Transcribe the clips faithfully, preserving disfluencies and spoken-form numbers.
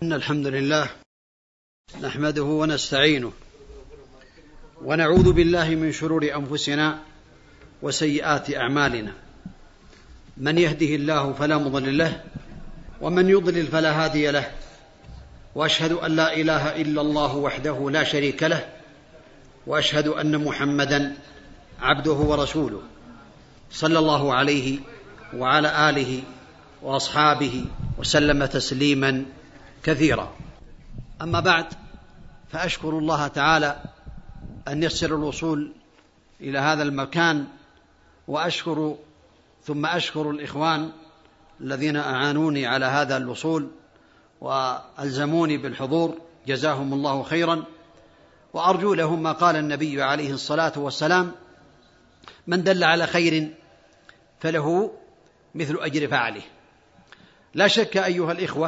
إن الحمد لله نحمده ونستعينه ونعوذ بالله من شرور أنفسنا وسيئات أعمالنا، من يهده الله فلا مضل له ومن يضلل فلا هادي له، وأشهد أن لا إله إلا الله وحده لا شريك له، وأشهد أن محمدًا عبده ورسوله صلى الله عليه وعلى آله وأصحابه وسلم تسليمًا كثيرا. أما بعد، فأشكر الله تعالى أن يسر الوصول إلى هذا المكان، وأشكر ثم أشكر الإخوان الذين أعانوني على هذا الوصول وألزموني بالحضور، جزاهم الله خيرا، وأرجو لهم ما قال النبي عليه الصلاة والسلام: من دل على خير فله مثل أجر فاعله. لا شك أيها الإخوة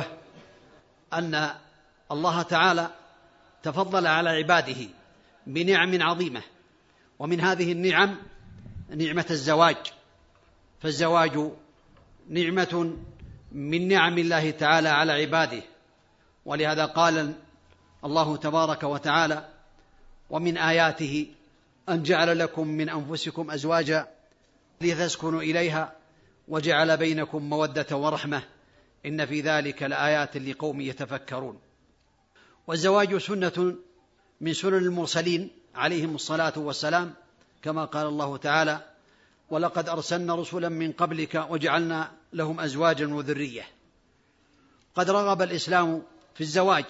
أن الله تعالى تفضل على عباده بنعم عظيمة، ومن هذه النعم نعمة الزواج، فالزواج نعمة من نعم الله تعالى على عباده، ولهذا قال الله تبارك وتعالى: ومن آياته أن جعل لكم من أنفسكم أزواجا لتسكنوا إليها وجعل بينكم مودة ورحمة إن في ذلك لآيات لقوم يتفكرون. والزواج سنة من سنن المرسلين عليهم الصلاة والسلام، كما قال الله تعالى: ولقد أرسلنا رسلا من قبلك وجعلنا لهم أزواجا وذرية. قد رغب الإسلام في الزواج،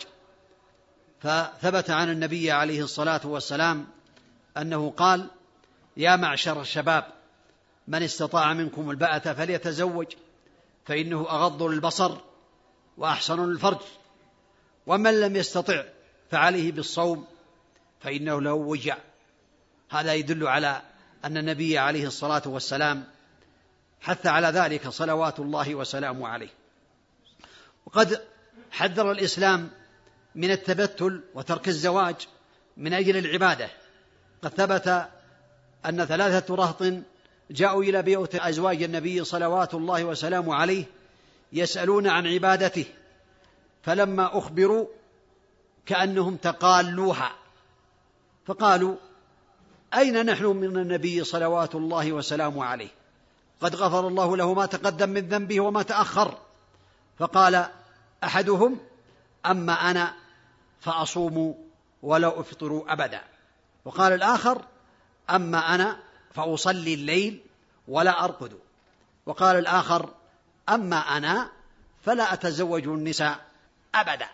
فثبت عن النبي عليه الصلاة والسلام أنه قال: يا معشر الشباب من استطاع منكم الباءة فليتزوج فإنه أغض للبصر وأحسن للفرج، ومن لم يستطع فعليه بالصوم فإنه له وجع. هذا يدل على أن النبي عليه الصلاة والسلام حث على ذلك صلوات الله وسلامه عليه. وقد حذر الإسلام من التبتل وترك الزواج من أجل العبادة. قد ثبت أن ثلاثة رهط جاءوا إلى بيوت أزواج النبي صلوات الله وسلامه عليه يسألون عن عبادته، فلما أخبروا كأنهم تقالوها، فقالوا: أين نحن من النبي صلوات الله وسلامه عليه؟ قد غفر الله له ما تقدم من ذنبه وما تأخر. فقال أحدهم: أما أنا فأصوم ولا أفطر أبدا. وقال الآخر: أما أنا فأصلي الليل ولا أرقد. وقال الآخر: أما أنا فلا أتزوج النساء أبدا.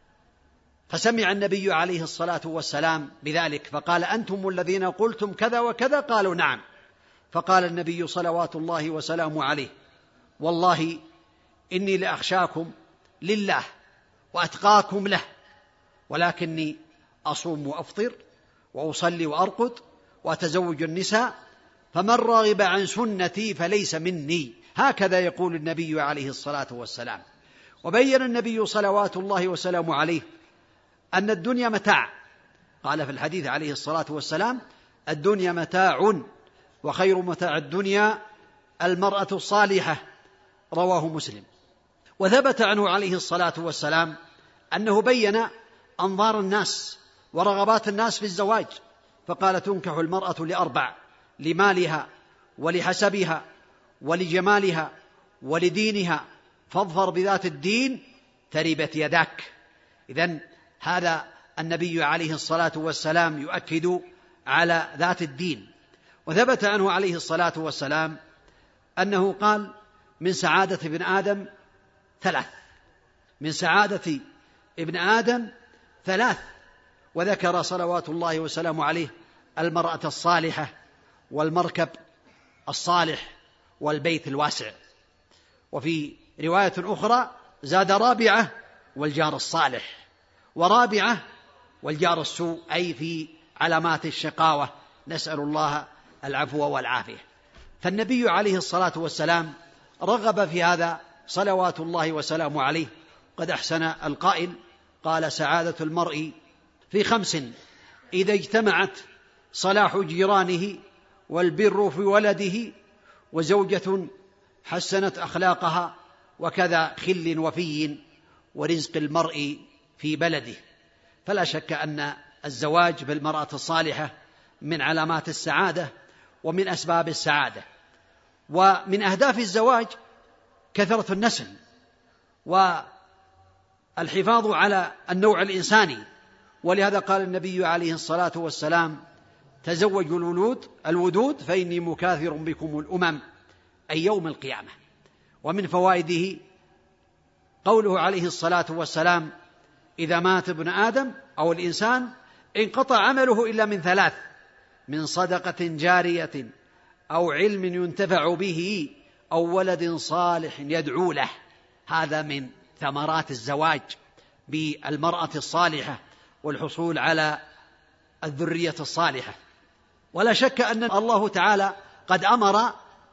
فسمع النبي عليه الصلاة والسلام بذلك فقال: أنتم الذين قلتم كذا وكذا؟ قالوا: نعم. فقال النبي صلوات الله وسلامه عليه: والله إني لأخشاكم لله وأتقاكم له، ولكني أصوم وأفطر وأصلي وأرقد وأتزوج النساء، فمن رغب عن سنتي فليس مني. هكذا يقول النبي عليه الصلاة والسلام. وبين النبي صلوات الله وسلامه عليه أن الدنيا متاع. قال في الحديث عليه الصلاة والسلام: الدنيا متاع وخير متاع الدنيا المرأة الصالحة، رواه مسلم. وثبت عنه عليه الصلاة والسلام أنه بين أنظار الناس ورغبات الناس في الزواج، فقال: تنكح المرأة لأربع: لمالها ولحسبها ولجمالها ولدينها، فاظفر بذات الدين تربت يداك. إذن هذا النبي عليه الصلاة والسلام يؤكد على ذات الدين. وثبت عنه عليه الصلاة والسلام أنه قال: من سعادة ابن آدم ثلاث، من سعادة ابن آدم ثلاث. وذكر صلوات الله وسلامه عليه المرأة الصالحة والمركب الصالح والبيت الواسع. وفي رواية أخرى زاد: رابعة والجار الصالح، ورابعة والجار السوء، أي في علامات الشقاوة، نسأل الله العفو والعافية. فالنبي عليه الصلاة والسلام رغب في هذا صلوات الله وسلامه عليه. قد أحسن القائل قال: سعادة المرء في خمس: إذا اجتمعت صلاح جيرانه والبر في ولده وزوجة حسنت أخلاقها وكذا خل وفي ورزق المرء في بلده. فلا شك أن الزواج بالمرأة الصالحة من علامات السعادة ومن أسباب السعادة. ومن أهداف الزواج كثرة النسل والحفاظ على النوع الإنساني، ولهذا قال النبي عليه الصلاة والسلام: تزوجوا الولود الودود فإني مكاثر بكم الأمم، أي يوم القيامة. ومن فوائده قوله عليه الصلاة والسلام: إذا مات ابن آدم أو الإنسان انقطع عمله إلا من ثلاث: من صدقة جارية أو علم ينتفع به أو ولد صالح يدعو له. هذا من ثمرات الزواج بالمرأة الصالحة والحصول على الذرية الصالحة. ولا شك أن الله تعالى قد أمر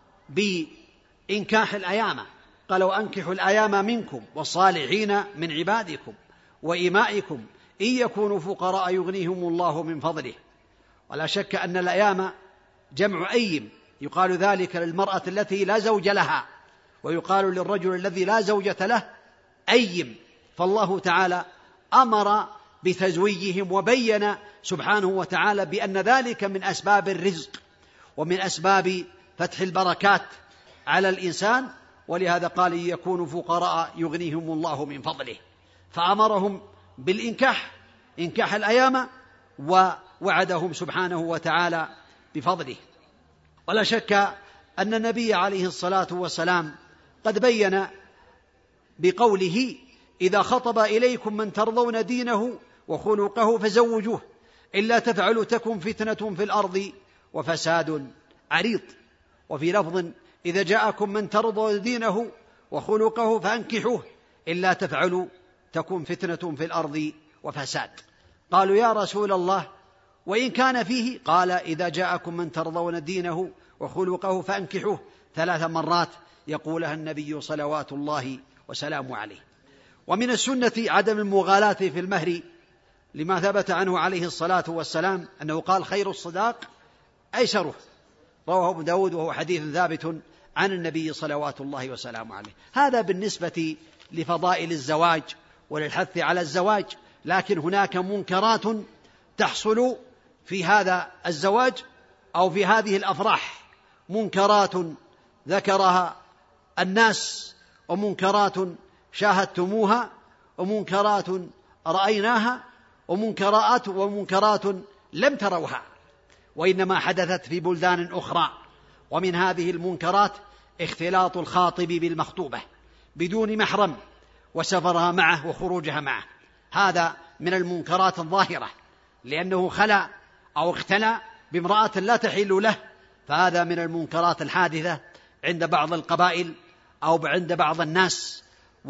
بإنكاح الأيام، قال: وأنكحوا الأيام منكم والصالحين من عبادكم وإمائكم إن يكونوا فقراء يغنيهم الله من فضله. ولا شك أن الأيام جمع أيم، يقال ذلك للمرأة التي لا زوج لها، ويقال للرجل الذي لا زوجة له أيم. فالله تعالى أمر بتزويجهم وبين سبحانه وتعالى بأن ذلك من أسباب الرزق ومن أسباب فتح البركات على الإنسان، ولهذا قال: إن يكونوا فقراء يغنيهم الله من فضله. فأمرهم بالإنكاح، إنكاح الأيام، ووعدهم سبحانه وتعالى بفضله. ولا شك أن النبي عليه الصلاة والسلام قد بين بقوله: إذا خطب إليكم من ترضون دينه وخلقه فزوجوه، إلا تفعلوا تكن فتنة في الأرض وفساد عريض. وفي لفظ: إذا جاءكم من ترضون دينه وخلقه فأنكحوه، إلا تفعلوا تكن فتنة في الأرض وفساد. قالوا: يا رسول الله وإن كان فيه؟ قال: إذا جاءكم من ترضون دينه وخلقه فأنكحوه، ثلاث مرات يقولها النبي صلوات الله وسلامه عليه. ومن السنة عدم المغالاة في المهر، لما ثبت عنه عليه الصلاة والسلام أنه قال: خير الصداق أيسره، رواه ابو داود وهو حديث ثابت عن النبي صلوات الله وسلامه عليه. هذا بالنسبة لفضائل الزواج وللحث على الزواج. لكن هناك منكرات تحصل في هذا الزواج أو في هذه الأفراح، منكرات ذكرها الناس، ومنكرات شاهدتموها، ومنكرات رأيناها، ومنكرات ومنكرات لم تروها، وإنما حدثت في بلدان أخرى. ومن هذه المنكرات اختلاط الخاطب بالمخطوبة بدون محرم، وسفرها معه وخروجها معه. هذا من المنكرات الظاهرة، لأنه خلى أو اختلى بامرأة لا تحل له، فهذا من المنكرات الحادثة عند بعض القبائل أو عند بعض الناس،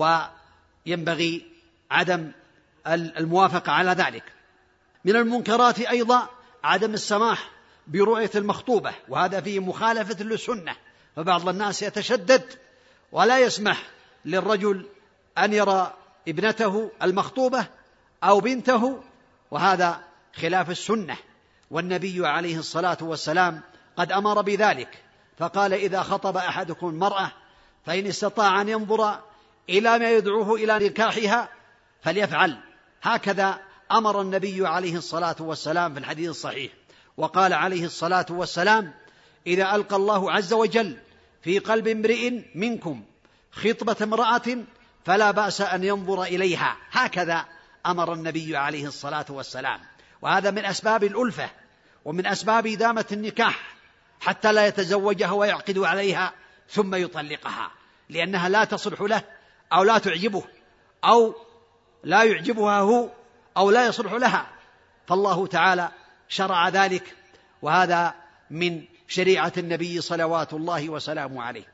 وينبغي عدم الموافقة على ذلك. من المنكرات أيضا عدم السماح برؤية المخطوبة، وهذا فيه مخالفة للسنة. فبعض الناس يتشدد ولا يسمح للرجل أن يرى ابنته المخطوبة أو بنته، وهذا خلاف السنة. والنبي عليه الصلاة والسلام قد أمر بذلك، فقال: إذا خطب أحدكم المرأة فإن استطاع أن ينظر إلى ما يدعوه إلى نكاحها فليفعل. هكذا أمر النبي عليه الصلاة والسلام في الحديث الصحيح. وقال عليه الصلاة والسلام: إذا ألقى الله عز وجل في قلب امرئ منكم خطبة امرأة فلا بأس أن ينظر إليها. هكذا أمر النبي عليه الصلاة والسلام. وهذا من أسباب الألفة ومن أسباب إدامة النكاح، حتى لا يتزوجها ويعقد عليها ثم يطلقها، لأنها لا تصلح له أو لا تعجبه أو لا يعجبها هو أو لا يصلح لها. فالله تعالى شرع ذلك، وهذا من شريعة النبي صلوات الله وسلامه عليه.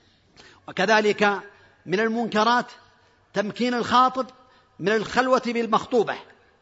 وكذلك من المنكرات تمكين الخاطب من الخلوة بالمخطوبة،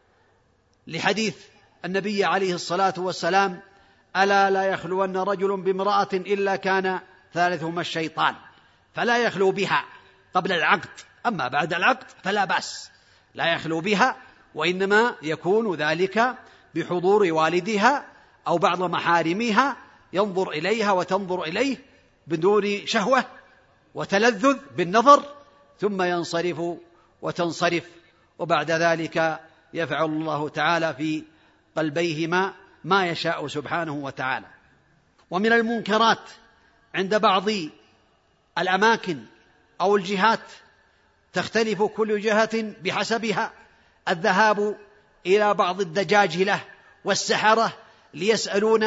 لحديث النبي عليه الصلاة والسلام: ألا لا يخلون رجل بامرأة إلا كان ثالثهما الشيطان. فلا يخلو بها قبل العقد، أما بعد العقد فلا بأس، لا يخلو بها، وإنما يكون ذلك بحضور والدها أو بعض محارمها، ينظر إليها وتنظر إليه بدون شهوة وتلذذ بالنظر، ثم ينصرف وتنصرف، وبعد ذلك يفعل الله تعالى في قلبيهما ما يشاء سبحانه وتعالى. ومن المنكرات عند بعض الأماكن أو الجهات تختلف كل جهة بحسبها الذهاب إلى بعض الدجاجلة والسحرة ليسألون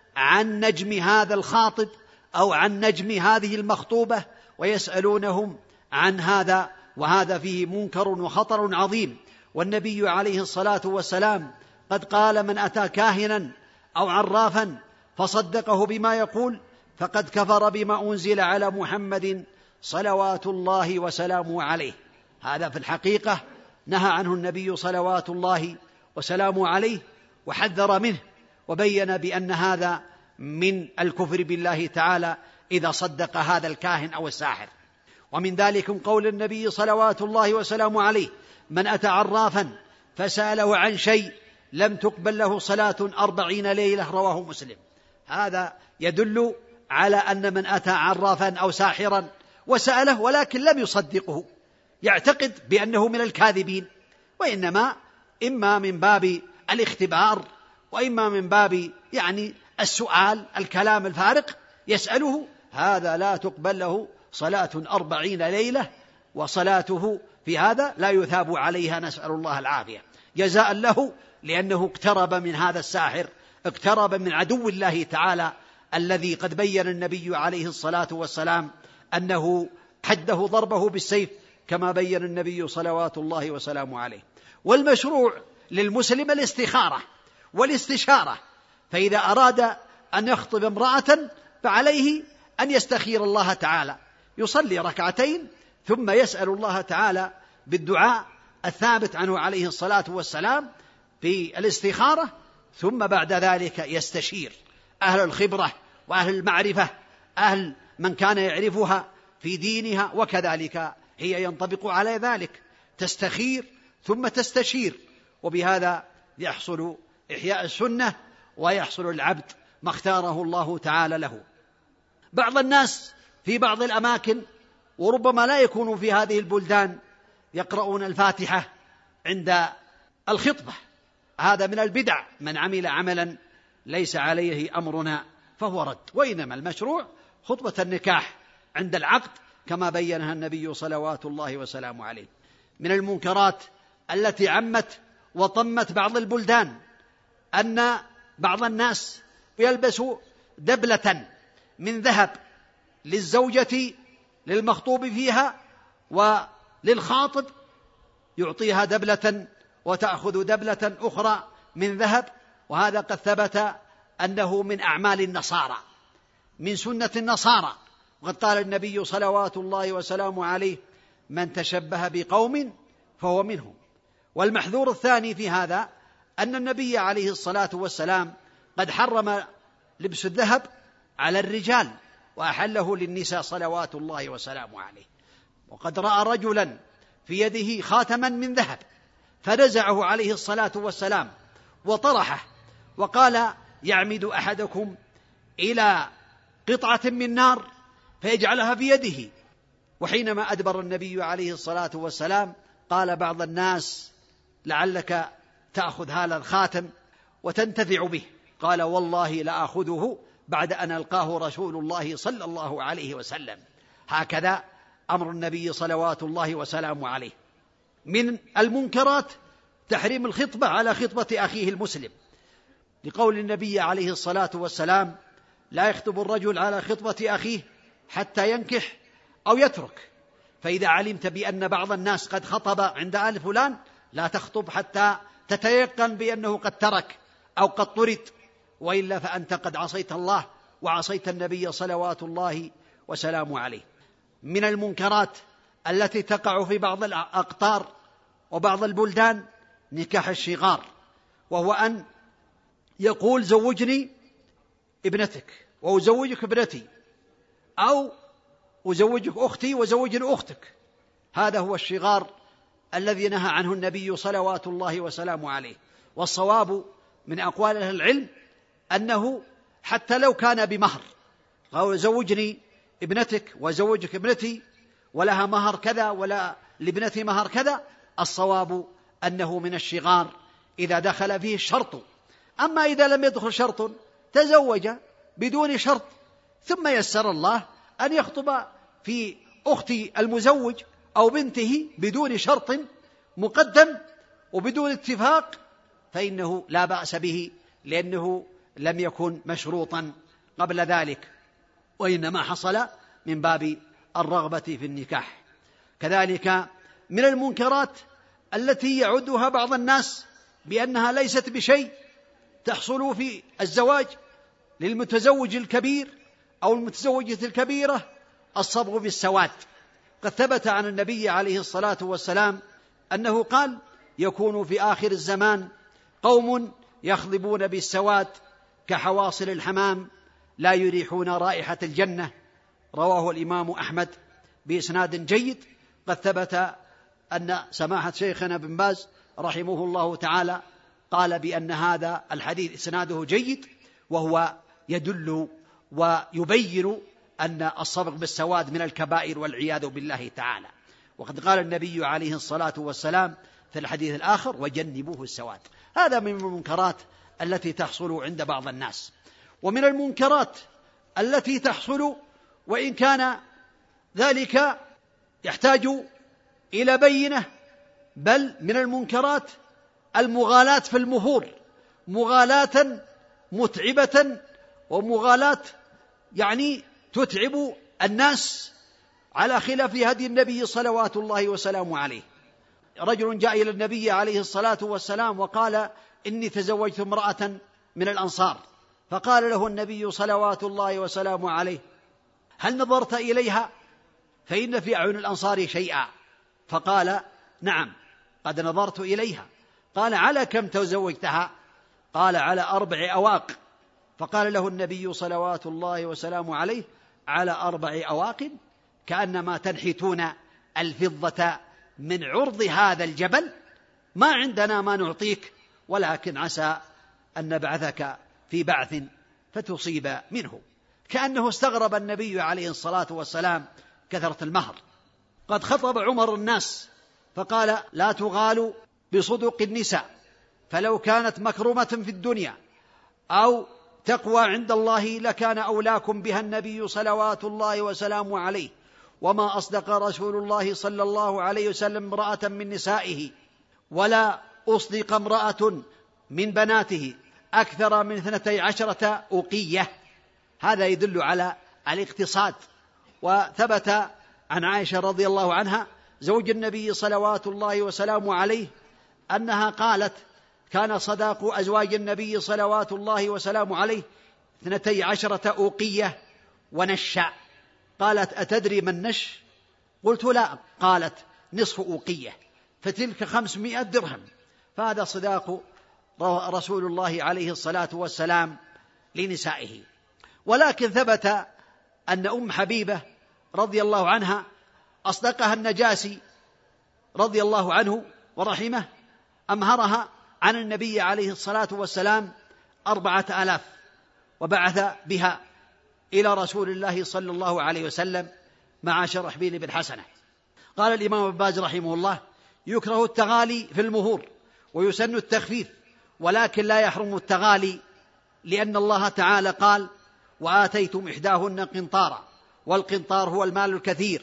عن نجم هذا الخاطب أو عن نجم هذه المخطوبة، ويسألونهم عن هذا، وهذا فيه منكر وخطر عظيم. والنبي عليه الصلاة والسلام قد قال: من أتى كاهنا أو عرافا فصدقه بما يقول فقد كفر بما أنزل على محمد صلوات الله وسلامه عليه. هذا في الحقيقة نهى عنه النبي صلوات الله وسلامه عليه وحذر منه، وبين بأن هذا من الكفر بالله تعالى إذا صدق هذا الكاهن أو الساحر. ومن ذلك قول النبي صلوات الله وسلامه عليه: من أتى عرافا فسأله عن شيء لم تقبل له صلاة أربعين ليلة، رواه مسلم. هذا يدل على أن من أتى عرافا أو ساحرا وسأله ولكن لم يصدقه يعتقد بأنه من الكاذبين، وإنما إما من باب الاختبار وإما من باب يعني السؤال، الكلام الفارق يسأله، هذا لا تقبل له صلاة أربعين ليلة، وصلاته في هذا لا يثاب عليها، نسأل الله العافية، جزاء له لأنه اقترب من هذا الساحر، اقترب من عدو الله تعالى الذي قد بين النبي عليه الصلاة والسلام أنه حده ضربه بالسيف كما بين النبي صلوات الله وسلامه عليه. والمشروع للمسلم الاستخارة والاستشارة، فإذا أراد أن يخطب امرأة فعليه أن يستخير الله تعالى، يصلي ركعتين ثم يسأل الله تعالى بالدعاء الثابت عنه عليه الصلاة والسلام في الاستخارة، ثم بعد ذلك يستشير أهل الخبرة وأهل المعرفة، أهل من كان يعرفها في دينها، وكذلك هي ينطبق على ذلك، تستخير ثم تستشير، وبهذا يحصل إحياء السنة ويحصل العبد ما اختاره الله تعالى له. بعض الناس في بعض الأماكن وربما لا يكونوا في هذه البلدان يقرؤون الفاتحة عند الخطبة، هذا من البدع، من عمل عملا ليس عليه أمرنا فهو رد. وإنما المشروع خطبة النكاح عند العقد كما بينها النبي صلوات الله وسلامه عليه. من المنكرات التي عمت وطمت بعض البلدان أن بعض الناس يلبس دبلة من ذهب للزوجة للمخطوب فيها وللخاطب، يعطيها دبلة وتأخذ دبلة أخرى من ذهب، وهذا قد ثبت أنه من أعمال النصارى، من سنة النصارى، وقد قال النبي صلوات الله وسلامه عليه: من تشبه بقوم فهو منهم. والمحذور الثاني في هذا أن النبي عليه الصلاة والسلام قد حرم لبس الذهب على الرجال وأحله للنساء صلوات الله وسلامه عليه. وقد رأى رجلا في يده خاتما من ذهب فنزعه عليه الصلاة والسلام وطرحه وقال: يعمد أحدكم إلى قطعة من نار فيجعلها في يده. وحينما أدبر النبي عليه الصلاة والسلام قال بعض الناس: لعلك تأخذ هذا الخاتم وتنتفع به. قال: والله لأخذه بعد أن ألقاه رسول الله صلى الله عليه وسلم. هكذا أمر النبي صلوات الله وسلامه عليه. من المنكرات تحريم الخطبة على خطبة أخيه المسلم، لقول النبي عليه الصلاة والسلام: لا يخطب الرجل على خطبة أخيه حتى ينكح أو يترك. فإذا علمت بأن بعض الناس قد خطب عند آل فلان لا تخطب حتى تتيقن بأنه قد ترك أو قد طرد، وإلا فأنت قد عصيت الله وعصيت النبي صلوات الله وسلامه عليه. من المنكرات التي تقع في بعض الأقطار وبعض البلدان نكاح الشغار، وهو أن يقول: زوجني ابنتك وأزوجك ابنتي، أو أزوجك أختي وزوج أختك. هذا هو الشغار الذي نهى عنه النبي صلوات الله وسلامه عليه. والصواب من أقوال أهل العلم أنه حتى لو كان بمهر، قال: زوجني ابنتك وزوجك ابنتي ولها مهر كذا ولا لابنة مهر كذا، الصواب أنه من الشغار إذا دخل فيه الشرط. أما إذا لم يدخل شرط تزوج بدون شرط، ثم يسر الله أن يخطب في أخت المزوج أو بنته بدون شرط مقدم وبدون اتفاق، فإنه لا بأس به، لأنه لم يكن مشروطا قبل ذلك، وإنما حصل من باب الرغبة في النكاح. كذلك من المنكرات التي يعدها بعض الناس بأنها ليست بشيء تحصل في الزواج للمتزوج الكبير أو المتزوجة الكبيرة الصبغ بالسواد. قد ثبت عن النبي عليه الصلاة والسلام أنه قال: يكون في آخر الزمان قوم يخضبون بالسواد كحواصل الحمام لا يريحون رائحة الجنة. رواه الإمام أحمد بإسناد جيد. قد ثبت أن سماحة شيخنا بن باز رحمه الله تعالى قال بأن هذا الحديث إسناده جيد، وهو يدل ويبين أن الصبغ بالسواد من الكبائر والعياذ بالله تعالى. وقد قال النبي عليه الصلاة والسلام في الحديث الآخر: وجنبوه السواد. هذا من المنكرات التي تحصل عند بعض الناس. ومن المنكرات التي تحصل وإن كان ذلك يحتاج إلى بينة، بل من المنكرات المغالاة في المهور، مغالاة متعبة ومغالاة يعني تتعب الناس على خلاف هدي النبي صلوات الله وسلامه عليه. رجل جاء إلى النبي عليه الصلاة والسلام وقال: إني تزوجت امرأة من الأنصار. فقال له النبي صلوات الله وسلامه عليه: هل نظرت إليها؟ فإن في أعين الأنصار شيئا. فقال: نعم قد نظرت إليها. قال: على كم تزوجتها؟ قال: على أربع أواق. فقال له النبي صلوات الله وسلامه عليه: على أربع أواق؟ كأنما تنحتون الفضة من عرض هذا الجبل. ما عندنا ما نعطيك، ولكن عسى أن نبعثك في بعث فتصيب منه. كأنه استغرب النبي عليه الصلاة والسلام كثرة المهر. قد خطب عمر الناس فقال: لا تغالوا بصدق النساء، فلو كانت مكرمة في الدنيا أو تقوى عند الله لكان أولاكم بها النبي صلوات الله وسلامه عليه. وما أصدق رسول الله صلى الله عليه وسلم امرأة من نسائه، ولا أصدق امرأة من بناته أكثر من اثنتي عشرة أوقية. هذا يدل على الاقتصاد. وثبت عن عائشة رضي الله عنها زوج النبي صلوات الله وسلامه عليه أنها قالت: كان صداق أزواج النبي صلوات الله وسلامه عليه اثنتي عشرة أوقية ونشا. قالت: أتدري من نش؟ قلت: لا. قالت: نصف أوقية، فتلك خمسمائة درهم. فهذا صداق رسول الله عليه الصلاة والسلام لنسائه. ولكن ثبت أن أم حبيبة رضي الله عنها أصدقها النجاشي رضي الله عنه ورحمه، أمهرها عن النبي عليه الصلاة والسلام أربعة آلاف، وبعث بها إلى رسول الله صلى الله عليه وسلم مع شرحبيل بن حسنة. قال الإمام ابن باز رحمه الله: يكره التغالي في المهور ويسن التخفيف، ولكن لا يحرم التغالي، لأن الله تعالى قال: وآتيتم إحداهن قنطارا. والقنطار هو المال الكثير،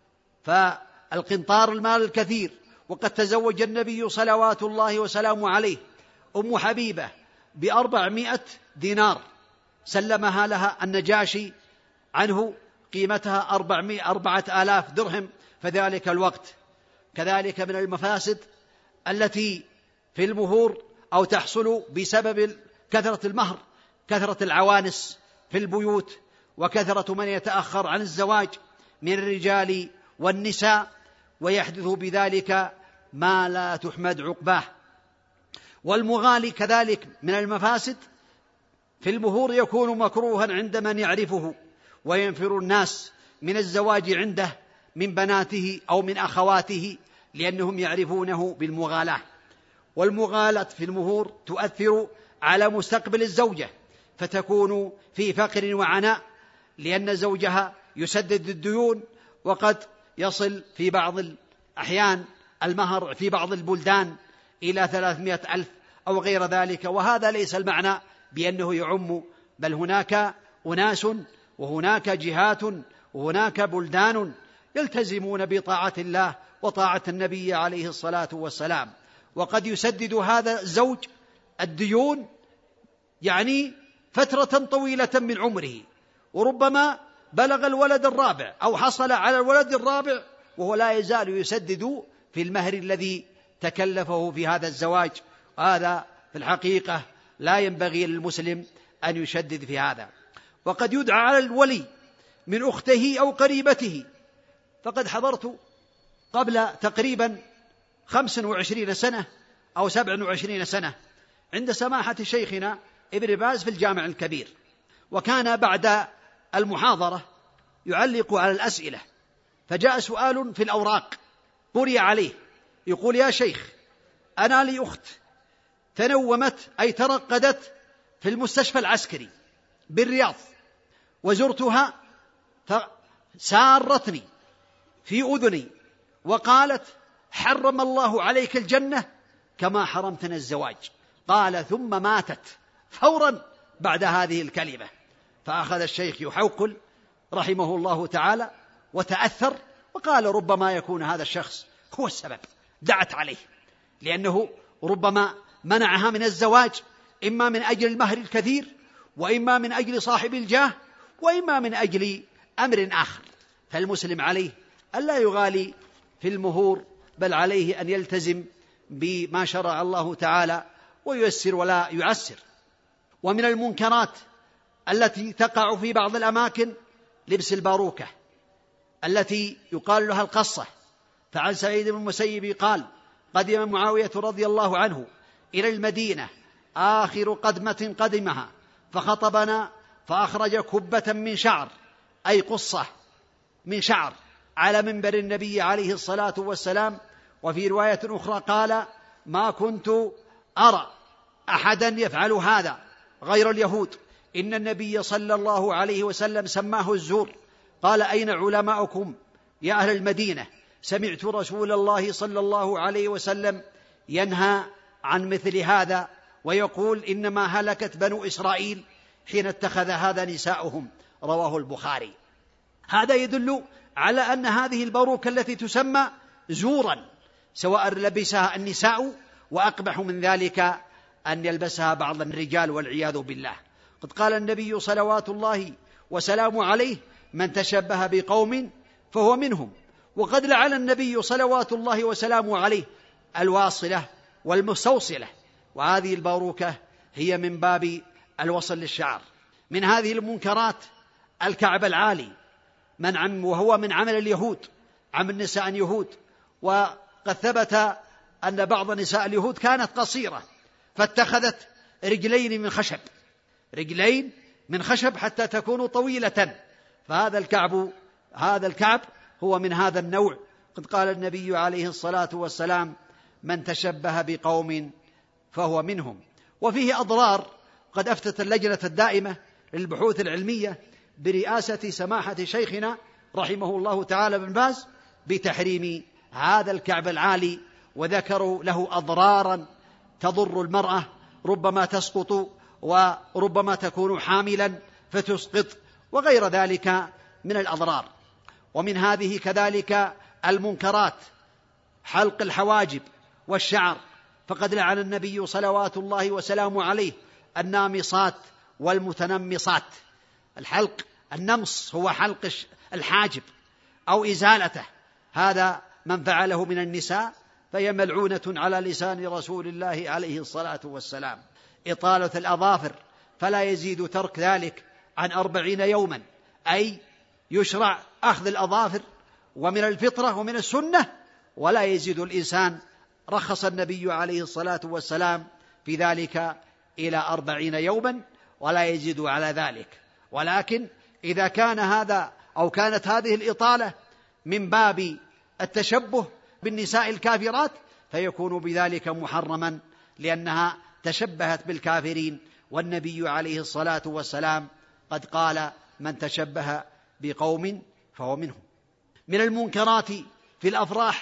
فالقنطار المال الكثير. وقد تزوج النبي صلوات الله وسلامه عليه أم حبيبة بأربعمائة دينار سلمها لها النجاشي عنه قيمتها أربعة آلاف درهم في ذلك الوقت. كذلك من المفاسد التي في المهور أو تحصل بسبب كثرة المهر كثرة العوانس في البيوت، وكثرة من يتأخر عن الزواج من الرجال والنساء، ويحدث بذلك ما لا تحمد عقباه. والمغالي كذلك من المفاسد في المهور يكون مكروها عند من يعرفه، وينفر الناس من الزواج عنده من بناته أو من أخواته لأنهم يعرفونه بالمغالاة. والمغالاة في المهور تؤثر على مستقبل الزوجة، فتكون في فقر وعناء، لأن زوجها يسدد الديون، وقد يصل في بعض أحيان المهر في بعض البلدان إلى ثلاثمائة ألف أو غير ذلك، وهذا ليس المعنى بأنه يعم، بل هناك أناس وهناك جهات وهناك بلدان يلتزمون بطاعة الله وطاعة النبي عليه الصلاة والسلام، وقد يسدد هذا الزوج الديون يعني فترة طويلة من عمره، وربما بلغ الولد الرابع أو حصل على الولد الرابع وهو لا يزال يسدد في المهر الذي تكلفه في هذا الزواج. هذا في الحقيقة لا ينبغي للمسلم أن يشدد في هذا. وقد يدعى على الولي من أخته أو قريبته. فقد حضرت قبل تقريبا خمس وعشرين سنة أو سبع وعشرين سنة عند سماحة شيخنا ابن باز في الجامع الكبير، وكان بعد المحاضرة يعلق على الأسئلة، فجاء سؤال في الأوراق قرئ عليه يقول: يا شيخ، أنا لي أخت تنومت أي ترقدت في المستشفى العسكري بالرياض، وزرتها فسارتني في أذني وقالت: حرم الله عليك الجنة كما حرمتنا الزواج. قال: ثم ماتت فورا بعد هذه الكلمة. فأخذ الشيخ يحوقل رحمه الله تعالى وتأثر وقال: ربما يكون هذا الشخص هو السبب، دعت عليه، لأنه ربما منعها من الزواج إما من أجل المهر الكثير، وإما من أجل صاحب الجاه، وإما من أجل أمر آخر. فالمسلم عليه ألا يغالي في المهور، بل عليه أن يلتزم بما شرع الله تعالى وييسر ولا يعسر. ومن المنكرات التي تقع في بعض الأماكن لبس الباروكة التي يقال لها القصة. فعن سعيد بن المسيب قال: قدم معاوية رضي الله عنه إلى المدينة آخر قدمة قدمها، فخطبنا فأخرج كبة من شعر أي قصة من شعر على منبر النبي عليه الصلاة والسلام. وفي رواية أخرى قال: ما كنت أرى أحدا يفعل هذا غير اليهود، إن النبي صلى الله عليه وسلم سماه الزور. قال: أين علماؤكم يا أهل المدينة؟ سمعت رسول الله صلى الله عليه وسلم ينهى عن مثل هذا ويقول: إنما هلكت بنو إسرائيل حين اتخذ هذا نساؤهم. رواه البخاري. هذا يدل على أن هذه الباروكة التي تسمى زورا سواء لبسها النساء، وأقبح من ذلك أن يلبسها بعض الرجال والعياذ بالله. قد قال النبي صلوات الله وسلامه عليه: من تشبه بقوم فهو منهم. وقد لعن النبي صلوات الله وسلامه عليه الواصلة والمستوصلة. وهذه الباروكة هي من باب الوصل للشعر. من هذه المنكرات الكعب العالي، من عم وهو من عمل اليهود، عمل نساء اليهود. وقد ثبت أن بعض نساء اليهود كانت قصيرة فاتخذت رجلين من خشب، رجلين من خشب حتى تكون طويلة. فهذا الكعب هذا الكعب هو من هذا النوع. قد قال النبي عليه الصلاة والسلام: من تشبه بقوم فهو منهم. وفيه أضرار. قد أفتت اللجنة الدائمة للبحوث العلمية برئاسة سماحة شيخنا رحمه الله تعالى بن باز بتحريم هذا الكعب العالي، وذكروا له أضرارا تضر المرأة، ربما تسقط وربما تكون حاملا فتسقط وغير ذلك من الأضرار. ومن هذه كذلك المنكرات حلق الحواجب والشعر. فقد لعن النبي صلوات الله وسلامه عليه النامصات والمتنمصات. الحلق النمص هو حلق الحاجب أو إزالته، هذا من فعله من النساء فهي ملعونة على لسان رسول الله عليه الصلاة والسلام. إطالة الأظافر، فلا يزيد ترك ذلك عن أربعين يوما، أي يشرع أخذ الأظافر ومن الفطرة ومن السنة، ولا يزيد الإنسان. رخص النبي عليه الصلاة والسلام في ذلك إلى أربعين يوما ولا يزيد على ذلك. ولكن إذا كان هذا أو كانت هذه الإطالة من باب التشبه بالنساء الكافرات فيكون بذلك محرما، لأنها تشبهت بالكافرين، والنبي عليه الصلاة والسلام قد قال: من تشبه بقوم فهو منهم. من المنكرات في الأفراح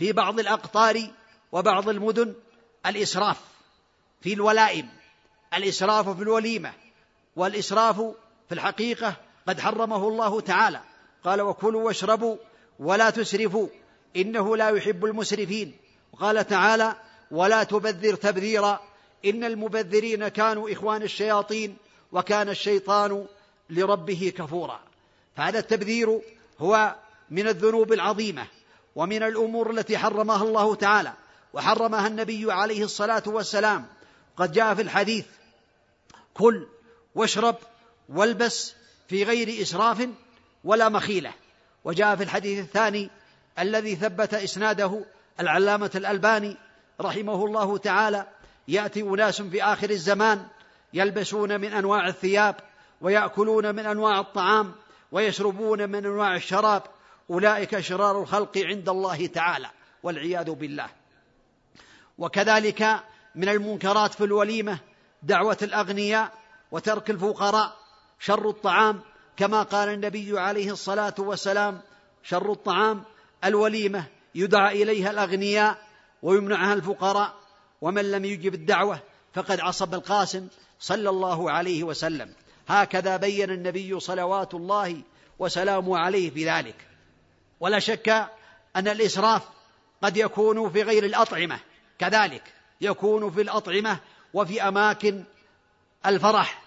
في بعض الأقطار وبعض المدن الإسراف في الولائم، الإسراف في الوليمة. والإسراف في الحقيقة قد حرمه الله تعالى، قال وكلوا واشربوا ولا تسرفوا إنه لا يحب المسرفين. وقال تعالى ولا تبذر تبذيرا إن المبذرين كانوا إخوان الشياطين وكان الشيطان لربه كفورا. فهذا التبذير هو من الذنوب العظيمة ومن الأمور التي حرمها الله تعالى وحرمها النبي عليه الصلاة والسلام. قد جاء في الحديث كل واشرب والبس في غير إسراف ولا مخيلة. وجاء في الحديث الثاني الذي ثبت إسناده العلامة الألباني رحمه الله تعالى يأتي أناس في آخر الزمان يلبسون من أنواع الثياب ويأكلون من أنواع الطعام ويشربون من أنواع الشراب أولئك شرار الخلق عند الله تعالى والعياذ بالله. وكذلك من المنكرات في الوليمة دعوة الأغنياء وترك الفقراء. شر الطعام كما قال النبي عليه الصلاة والسلام شر الطعام الوليمة يدعى إليها الأغنياء ويمنعها الفقراء، ومن لم يجب الدعوة فقد عصى بالقاسم صلى الله عليه وسلم. هكذا بين النبي صلوات الله وسلامه عليه في ذلك. ولا شك أن الإسراف قد يكون في غير الأطعمة، كذلك يكون في الأطعمة وفي أماكن الفرح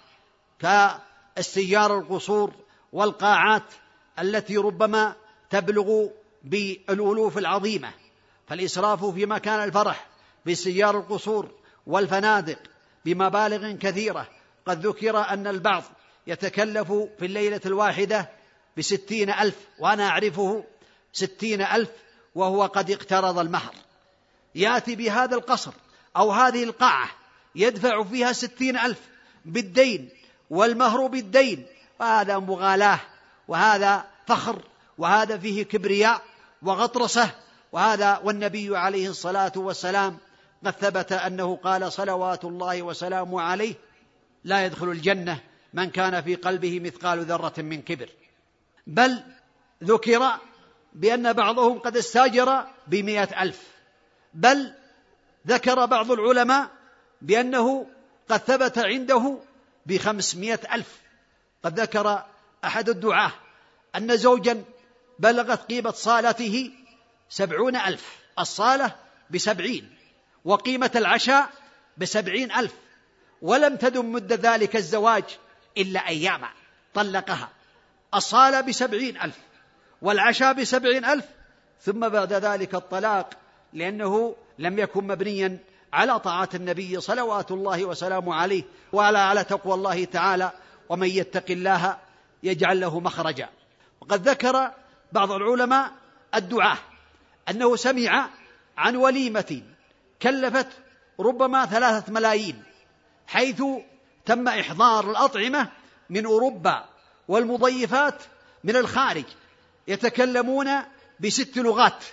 كاستيار القصور والقاعات التي ربما تبلغ بالألوف العظيمة. فالإسراف في مكان الفرح باستيار القصور والفنادق بمبالغ كثيرة. قد ذكر أن البعض يتكلف في الليلة الواحدة بستين ألف، وأنا أعرفه ستين ألف وهو قد اقترض المهر، يأتي بهذا القصر أو هذه القاعة يدفع فيها ستين ألف بالدين والمهر بالدين، وهذا مغالاة وهذا فخر وهذا فيه كبرياء وغطرسة. وهذا والنبي عليه الصلاة والسلام قد ثبت أنه قال صلوات الله وسلامه عليه لا يدخل الجنة من كان في قلبه مثقال ذرة من كبر. بل ذكر بأن بعضهم قد استاجر بمئة ألف، بل ذكر بعض العلماء بأنه قد ثبت عنده بخمسمائة ألف. قد ذكر أحد الدعاة أن زوجا بلغت قيمة صالته سبعون ألف، الصالة بسبعين وقيمة العشاء بسبعين ألف، ولم تدم مدة ذلك الزواج إلا أياما طلقها. الصالة بسبعين ألف والعشاء بسبعين ألف، ثم بعد ذلك الطلاق لأنه لم يكن مبنيا على طاعة النبي صلوات الله وسلامه عليه وعلى على تقوى الله تعالى ومن يتق الله يجعل له مخرجا. وقد ذكر بعض العلماء الدعاة أنه سمع عن وليمة كلفت ربما ثلاثة ملايين، حيث تم إحضار الأطعمة من أوروبا والمضيفات من الخارج يتكلمون بست لغات،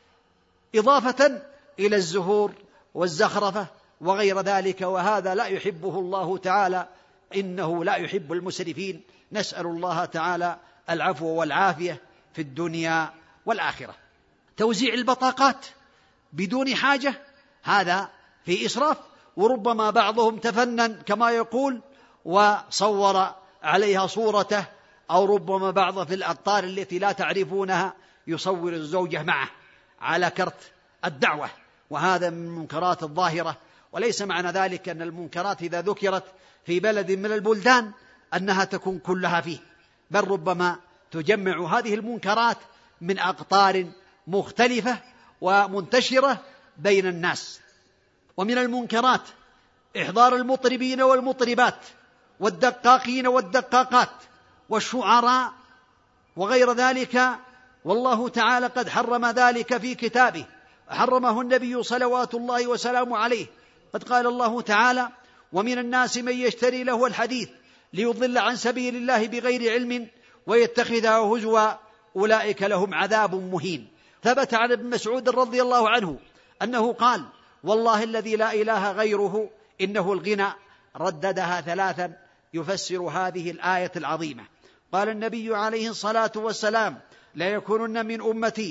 إضافة إلى الزهور والزخرفة وغير ذلك، وهذا لا يحبه الله تعالى، إنه لا يحب المسرفين. نسأل الله تعالى العفو والعافية في الدنيا والآخرة. توزيع البطاقات بدون حاجة هذا في إسراف، وربما بعضهم تفنن كما يقول وصور عليها صورته، أو ربما بعض في الأقطار التي لا تعرفونها يصور الزوجة معه على كرت الدعوة، وهذا من المنكرات الظاهرة. وليس معنى ذلك أن المنكرات إذا ذكرت في بلد من البلدان أنها تكون كلها فيه، بل ربما تجمع هذه المنكرات من أقطار مختلفة ومنتشرة بين الناس. ومن المنكرات إحضار المطربين والمطربات والدقاقين والدقاقات والشعراء وغير ذلك، والله تعالى قد حرم ذلك في كتابه، حرمه النبي صلوات الله وسلامه عليه. قد قال الله تعالى ومن الناس من يشتري له الحديث ليضل عن سبيل الله بغير علم ويتخذها هزوا أولئك لهم عذاب مهين. ثبت عن ابن مسعود رضي الله عنه أنه قال والله الذي لا إله غيره إنه الغنى، رددها ثلاثا يفسر هذه الآية العظيمة. قال النبي عليه الصلاة والسلام لا يكونن من أمتي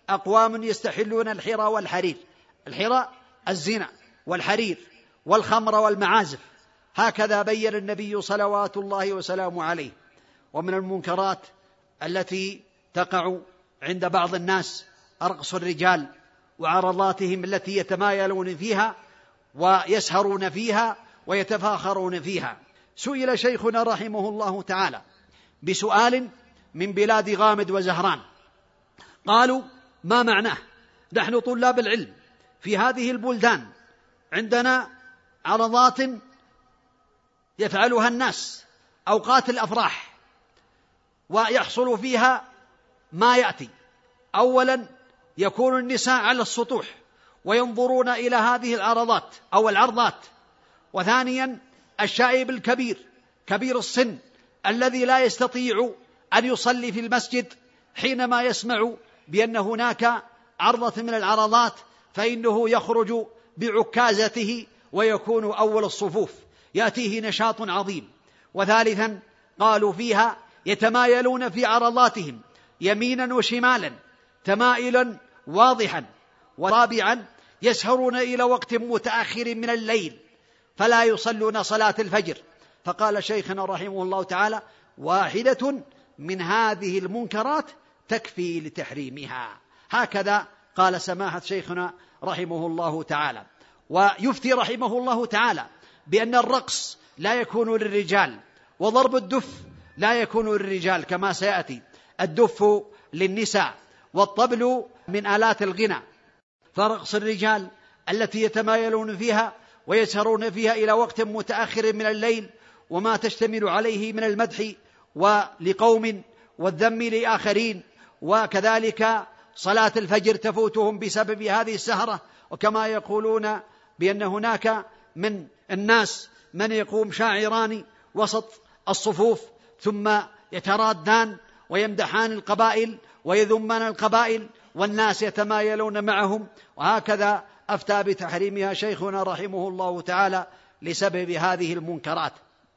أقوام يستحلون الحرى والحرير، الحرى الزنا، والحرير والخمر والمعازف، هكذا بين النبي صلوات الله وسلامه عليه. ومن المنكرات التي تقع عند بعض الناس أرقص الرجال وعرضاتهم التي يتمايلون فيها ويسهرون فيها ويتفاخرون فيها. سئل شيخنا رحمه الله تعالى بسؤال من بلاد غامد وزهران، قالوا: ما معناه؟ نحن طلاب العلم في هذه البلدان عندنا عرضات يفعلها الناس أوقات الأفراح، ويحصل فيها ما يأتي: أولا يكون النساء على السطوح وينظرون إلى هذه العرضات أو العرضات، وثانيا الشائب الكبير كبير السن الذي لا يستطيع أن يصلي في المسجد حينما يسمع بأن هناك عرضة من العرضات، فإنه يخرج بعكازته ويكون أول الصفوف، يأتيه نشاط عظيم. وثالثا قالوا فيها يتمايلون في عرضاتهم يمينا وشمالا تمائلا واضحا. ورابعا يسهرون إلى وقت متأخر من الليل فلا يصلون صلاة الفجر. فقال شيخنا رحمه الله تعالى: واحدة من هذه المنكرات تكفي لتحريمها. هكذا قال سماحة شيخنا رحمه الله تعالى. ويفتي رحمه الله تعالى بأن الرقص لا يكون للرجال، وضرب الدف لا يكون للرجال كما سيأتي، الدف للنساء، والطبل من آلات الغنى. فرقص الرجال التي يتمايلون فيها ويسهرون فيها إلى وقت متأخر من الليل وما تشتمل عليه من المدح ولقوم والذم لآخرين، وكذلك صلاة الفجر تفوتهم بسبب هذه السهرة. وكما يقولون بأن هناك من الناس من يقوم شاعران وسط الصفوف ثم يترادان ويمدحان القبائل ويذمان القبائل والناس يتمايلون معهم، وهكذا أفتى بتحريمها شيخنا رحمه الله تعالى لسبب هذه المنكرات.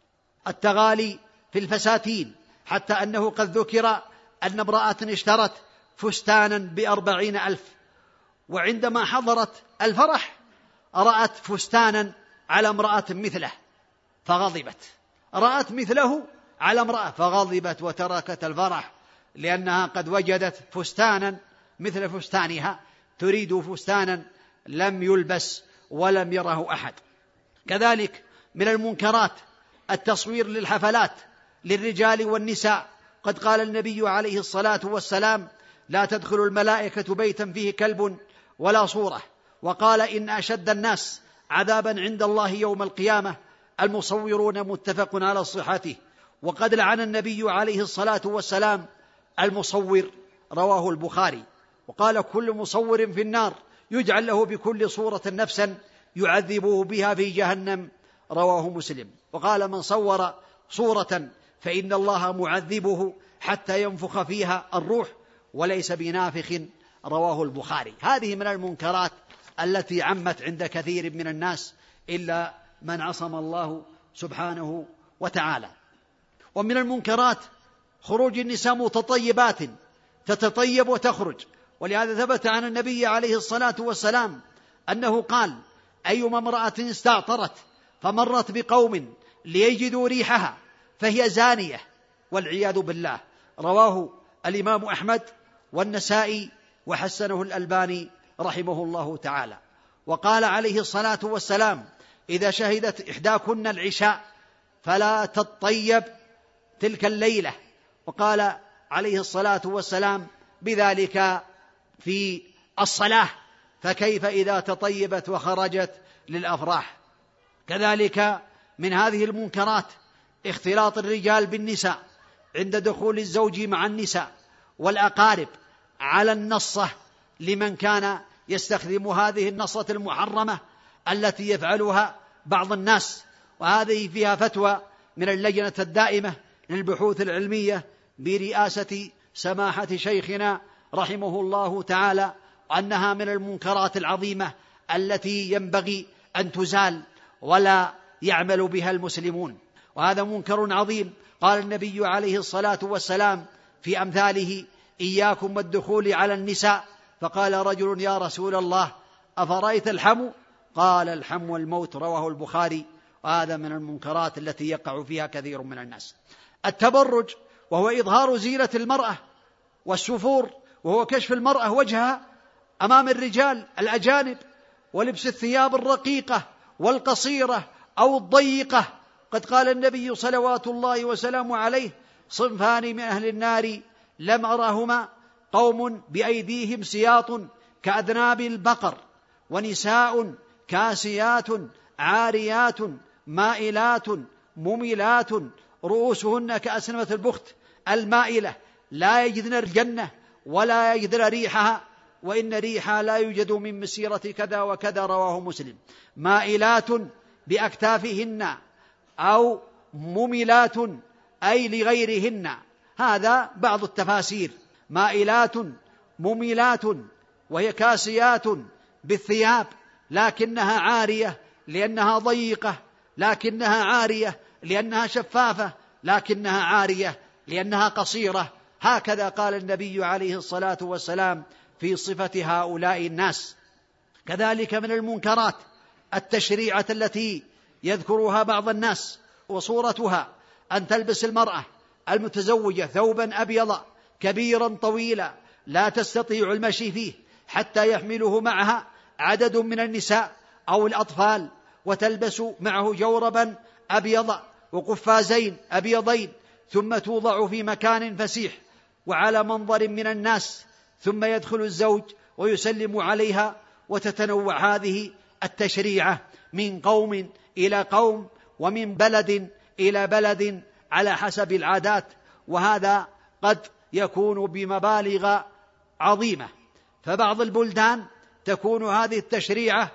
التغالي في الفساتين، حتى أنه قد ذكر أن امرأة اشترت فستانا بأربعين ألف، وعندما حضرت الفرح رأت فستانا على امرأة مثله فغضبت، رأت مثله على امرأة فغضبت وتركت الفرح، لأنها قد وجدت فستانا مثل فستانها، تريد فستانا لم يلبس ولم يره أحد. كذلك من المنكرات التصوير للحفلات للرجال والنساء. قد قال النبي عليه الصلاة والسلام: لا تدخل الملائكة بيتا فيه كلب ولا صورة. وقال: إن أشد الناس عذابا عند الله يوم القيامة المصورون، متفق على صحته. وقد لعن النبي عليه الصلاة والسلام المصور، رواه البخاري. وقال: كل مصور في النار، يجعل له بكل صورة نفسا يعذبه بها في جهنم، رواه مسلم. وقال: من صور صورة فإن الله معذبه حتى ينفخ فيها الروح وليس بنافخ، رواه البخاري. هذه من المنكرات التي عمت عند كثير من الناس إلا من عصم الله سبحانه وتعالى. ومن المنكرات خروج النساء متطيبات، تتطيب وتخرج. ولهذا ثبت عن النبي عليه الصلاة والسلام أنه قال: أيما امرأة استعطرت فمرت بقوم ليجدوا ريحها فهي زانية، والعياذ بالله، رواه الإمام أحمد والنسائي وحسنه الألباني رحمه الله تعالى. وقال عليه الصلاة والسلام: إذا شهدت إحداكن العشاء فلا تطيب تلك الليلة. وقال عليه الصلاة والسلام بذلك في الصلاة، فكيف إذا تطيبت وخرجت للأفراح. كذلك من هذه المنكرات اختلاط الرجال بالنساء عند دخول الزوج مع النساء والأقارب على النصة، لمن كان يستخدم هذه النصة المحرمة التي يفعلها بعض الناس. وهذه فيها فتوى من اللجنة الدائمة للبحوث العلمية برئاسة سماحة شيخنا رحمه الله تعالى، وأنها من المنكرات العظيمة التي ينبغي أن تزال ولا يعمل بها المسلمون. وهذا منكر عظيم. قال النبي عليه الصلاة والسلام في أمثاله: إياكم والدخول على النساء فقال رجل: يا رسول الله أفرأيت الحمو؟ قال: الحمو الموت. رواه البخاري. وهذا من المنكرات التي يقع فيها كثير من الناس. التبرج، وهو إظهار زينة المرأة، والسفور، وهو كشف المرأة وجهها أمام الرجال الأجانب، ولبس الثياب الرقيقة والقصيرة أو الضيقة. قد قال النبي صلوات الله وسلامه عليه: صنفان من أهل النار لم أرهما، قوم بأيديهم سياط كأذناب البقر، ونساء كاسيات عاريات مائلات مميلات رؤوسهن كأسنمة البخت المائلة، لا يجدن الجنة ولا يجدن ريحها، وإن ريحها لا يوجد من مسيرة كذا وكذا. رواه مسلم. مائلات بأكتافهن أو مميلات أي لغيرهن. هذا بعض التفاسير. مائلات مميلات، وهي كاسيات بالثياب لكنها عارية لأنها ضيقة، لكنها عارية لأنها شفافة، لكنها عارية لأنها قصيرة. هكذا قال النبي عليه الصلاة والسلام في صفة هؤلاء الناس. كذلك من المنكرات التشريعة التي يذكرها بعض الناس، وصورتها أن تلبس المرأة المتزوجة ثوبا أبيض كبيرا طويلا لا تستطيع المشي فيه حتى يحمله معها عدد من النساء أو الأطفال، وتلبس معه جوربا أبيض وقفازين أبيضين، ثم توضع في مكان فسيح وعلى منظر من الناس، ثم يدخل الزوج ويسلم عليها، وتتنوع هذه التشريعة من قوم إلى قوم ومن بلد إلى بلد على حسب العادات، وهذا قد يكون بمبالغ عظيمة. فبعض البلدان تكون هذه التشريعة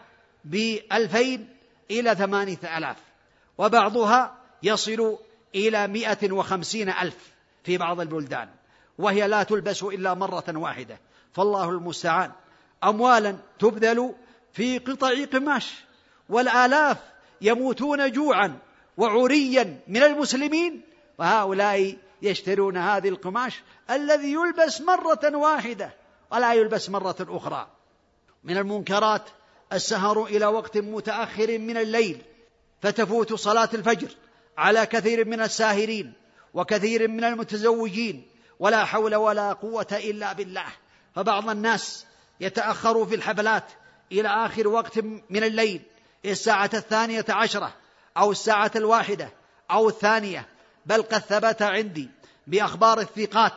بألفين إلى ثمانية آلاف، وبعضها يصل إلى مئة وخمسين ألف في بعض البلدان، وهي لا تلبس إلا مرة واحدة. فالله المستعان. أموالا تبذل في قطع قماش، والآلاف يموتون جوعا وعريا من المسلمين، وهؤلاء يشترون هذه القماش الذي يلبس مرة واحدة ولا يلبس مرة أخرى. من المنكرات السهر إلى وقت متأخر من الليل، فتفوت صلاة الفجر على كثير من الساهرين وكثير من المتزوجين، ولا حول ولا قوة إلا بالله. فبعض الناس يتأخر في الحفلات إلى آخر وقت من الليل، الساعة الثانية عشرة أو الساعة الواحدة أو الثانية. بل قد ثبت عندي بأخبار الثقات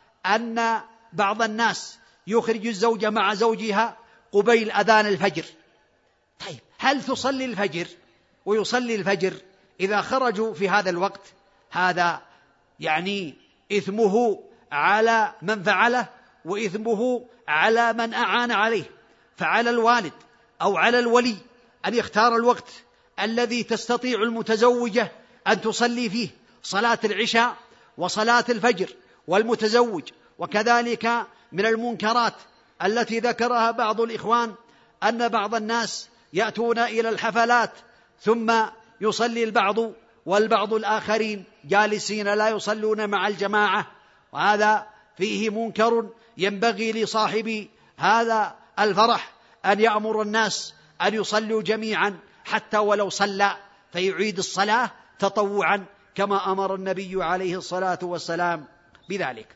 أن بعض الناس يخرج الزوجة مع زوجها قبيل أذان الفجر. طيب، هل تصلي الفجر ويصلي الفجر إذا خرجوا في هذا الوقت؟ هذا يعني إثمه على من فعله وإثمه على من أعان عليه. فعلى الوالد أو على الولي أن يختار الوقت الذي تستطيع المتزوجة أن تصلي فيه صلاة العشاء وصلاة الفجر والمتزوج. وكذلك من المنكرات التي ذكرها بعض الإخوان أن بعض الناس يأتون إلى الحفلات ثم يصلي البعض والبعض الآخرين جالسين لا يصلون مع الجماعة، وهذا فيه منكر. ينبغي لصاحب هذا الفرح أن يأمر الناس أن يصلوا جميعا حتى ولو صلى، فيعيد الصلاة تطوعا كما أمر النبي عليه الصلاة والسلام بذلك.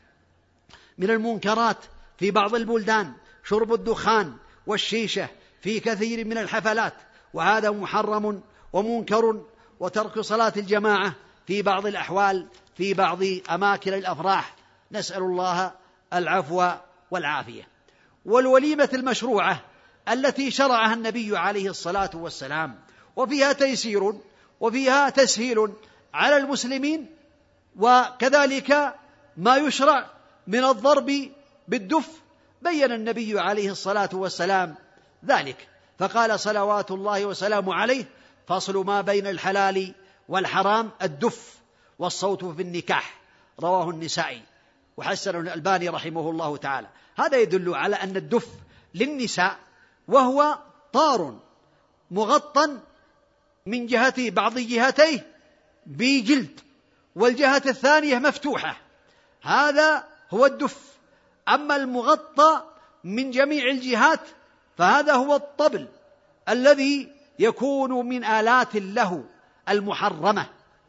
من المنكرات في بعض البلدان شرب الدخان والشيشة في كثير من الحفلات، وهذا محرم ومنكر. وترك صلاة الجماعة في بعض الأحوال في بعض أماكن الأفراح، نسأل الله العفو والعافية. والوليمة المشروعة التي شرعها النبي عليه الصلاة والسلام، وفيها تيسير وفيها تسهيل على المسلمين، وكذلك ما يشرع من الضرب بالدف، بين النبي عليه الصلاة والسلام ذلك، فقال صلوات الله وسلامه عليه: فصل ما بين الحلال والحرام الدف والصوت في النكاح. رواه النسائي وحسنه الألباني رحمه الله تعالى. هذا يدل على أن الدف للنساء، وهو طار مغطى من جهة بعض جهتيه بجلد، والجهة الثانية مفتوحة، هذا هو الدف. أما المغطى من جميع الجهات، فهذا هو الطبل الذي يكون من آلات له المحرمة.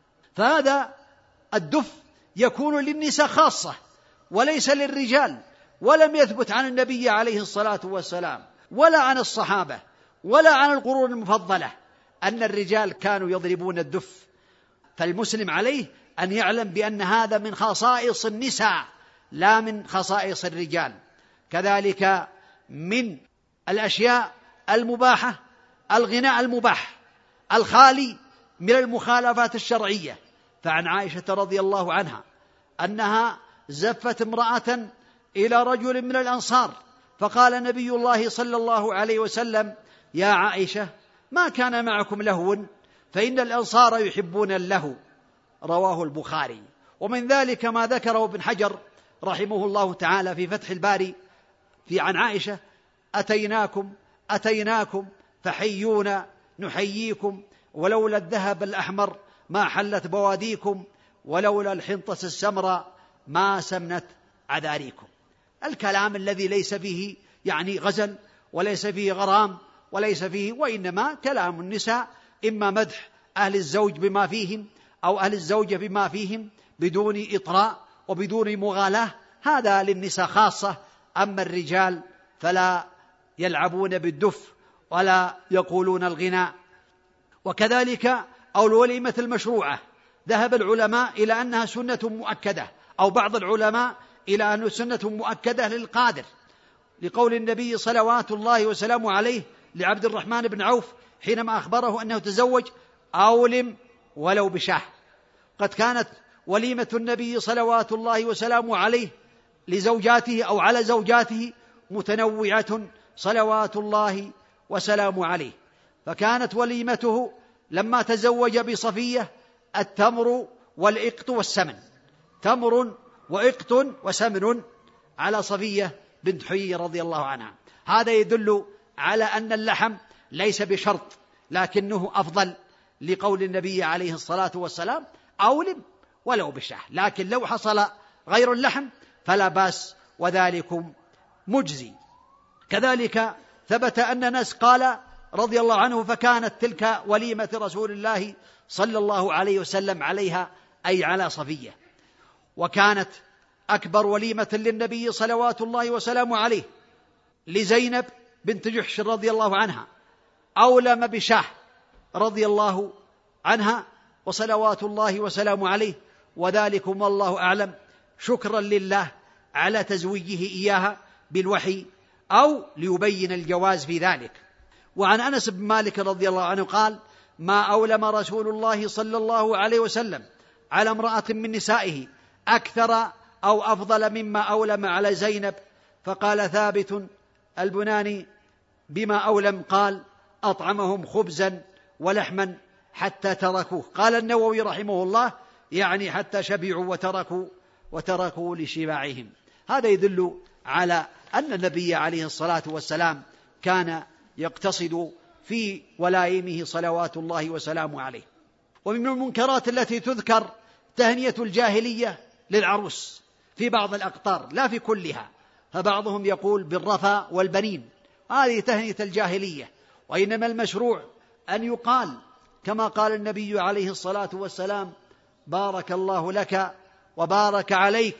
فهذا الدف يكون للنساء خاصة وليس للرجال، ولم يثبت عن النبي عليه الصلاة والسلام ولا عن الصحابة ولا عن القرون المفضلة أن الرجال كانوا يضربون الدف. فالمسلم عليه أن يعلم بأن هذا من خصائص النساء لا من خصائص الرجال. كذلك من الأشياء المباحة الغناء المباح الخالي من المخالفات الشرعية. فعن عائشة رضي الله عنها أنها زفت امرأة إلى رجل من الأنصار، فقال نبي الله صلى الله عليه وسلم: يا عائشة ما كان معكم لهو فإن الأنصار يحبون اللهو. رواه البخاري. ومن ذلك ما ذكره ابن حجر رحمه الله تعالى في فتح الباري في عن عائشة: أتيناكم أتيناكم فحيونا نحييكم، ولولا الذهب الأحمر ما حلت بواديكم، ولولا الحنطة السمراء ما سمنت عذاريكم. الكلام الذي ليس فيه يعني غزل وليس فيه غرام وليس فيه، وإنما كلام النساء إما مدح أهل الزوج بما فيهم أو أهل الزوجة بما فيهم بدون إطراء وبدون مغالاة، هذا للنساء خاصة. أما الرجال فلا يلعبون بالدف ولا يقولون الغناء. وكذلك أو الوليمة المشروعة ذهب العلماء إلى أنها سنة مؤكدة، أو بعض العلماء إلى أنها سنة مؤكدة للقادر، لقول النبي صلوات الله وسلامه عليه لعبد الرحمن بن عوف حينما أخبره أنه تزوج: أولم ولو بشاه. قد كانت وليمة النبي صلوات الله وسلامه عليه لزوجاته أو على زوجاته متنوعة صلوات الله وسلامه عليه. فكانت وليمته لما تزوج بصفية التمر والإقط والسمن، تمر وإقط وسمن على صفية بنت حيي رضي الله عنها. هذا يدل على أن اللحم ليس بشرط لكنه أفضل، لقول النبي عليه الصلاة والسلام: أولم ولو بشاه. لكن لو حصل غير اللحم فلا بأس وذلكم مجزي. كذلك ثبت أن ناس قال رضي الله عنه: فكانت تلك وليمة رسول الله صلى الله عليه وسلم عليها، أي على صفية. وكانت أكبر وليمة للنبي صلوات الله وسلامه عليه لزينب بنت جحش رضي الله عنها، أولم بشاه رضي الله عنها وصلوات الله وسلامه عليه، وذلكم والله أعلم شكرا لله على تزويجه إياها بالوحي أو ليبين الجواز في ذلك. وعن أنس بن مالك رضي الله عنه قال: ما أولم رسول الله صلى الله عليه وسلم على امرأة من نسائه أكثر أو أفضل مما أولم على زينب. فقال ثابت البناني: بما أولم؟ قال: أطعمهم خبزا ولحما حتى تركوه. قال النووي رحمه الله: يعني حتى شبعوا وتركوا وتركوا لشباعهم. هذا يدل على أن النبي عليه الصلاة والسلام كان يقتصد في ولائمه صلوات الله وسلامه عليه. ومن المنكرات التي تذكر تهنية الجاهلية للعروس في بعض الأقطار لا في كلها، فبعضهم يقول بالرفا والبنين، هذه تهنية الجاهلية. وإنما المشروع أن يقال كما قال النبي عليه الصلاة والسلام: بارك الله لك وبارك عليك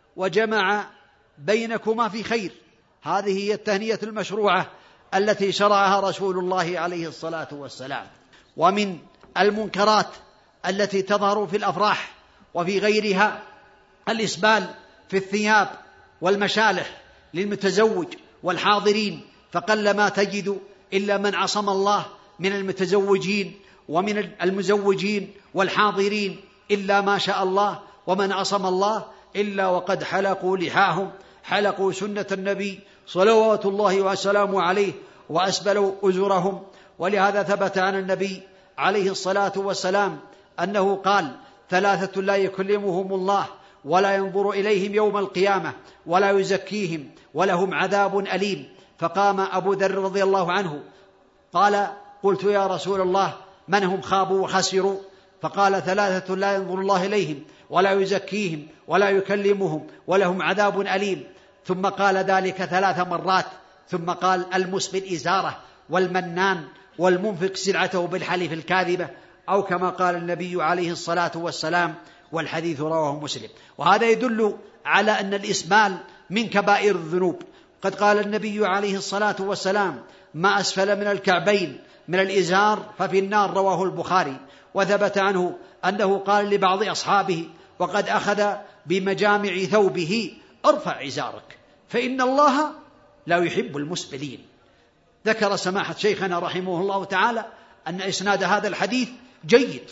وجمع بينكما في خير. هذه هي التهنية المشروعة التي شرعها رسول الله عليه الصلاة والسلام. ومن المنكرات التي تظهر في الأفراح وفي غيرها الإسبال في الثياب والمشالح للمتزوج والحاضرين، فقل ما تجد إلا من عصم الله من المتزوجين ومن المزوجين والحاضرين إلا ما شاء الله، ومن عصم الله إلا وقد حلقوا لحاهم، حلقوا سنة النبي صلوات الله وسلامه عليه وأسبلوا أزرهم. ولهذا ثبت عن النبي عليه الصلاة والسلام أنه قال: ثلاثة لا يكلمهم الله ولا ينظر إليهم يوم القيامة ولا يزكيهم ولهم عذاب أليم. فقام أبو ذر رضي الله عنه قال: قلت يا رسول الله من هم خابوا وخسروا؟ فقال: ثلاثة لا ينظر الله إليهم ولا يزكيهم ولا يكلمهم ولهم عذاب أليم. ثم قال ذلك ثلاث مرات، ثم قال المسبل إزارة، والمنان، والمنفق سلعته بالحلف الكاذبة، أو كما قال النبي عليه الصلاة والسلام، والحديث رواه مسلم. وهذا يدل على أن الإسبال من كبائر الذنوب. قد قال النبي عليه الصلاة والسلام ما أسفل من الكعبين من الإزار ففي النار، رواه البخاري. وثبت عنه أنه قال لبعض أصحابه وقد أخذ بمجامع ثوبه ارفع إزارك فإن الله لا يحب المسبلين. ذكر سماحة شيخنا رحمه الله تعالى أن إسناد هذا الحديث جيد،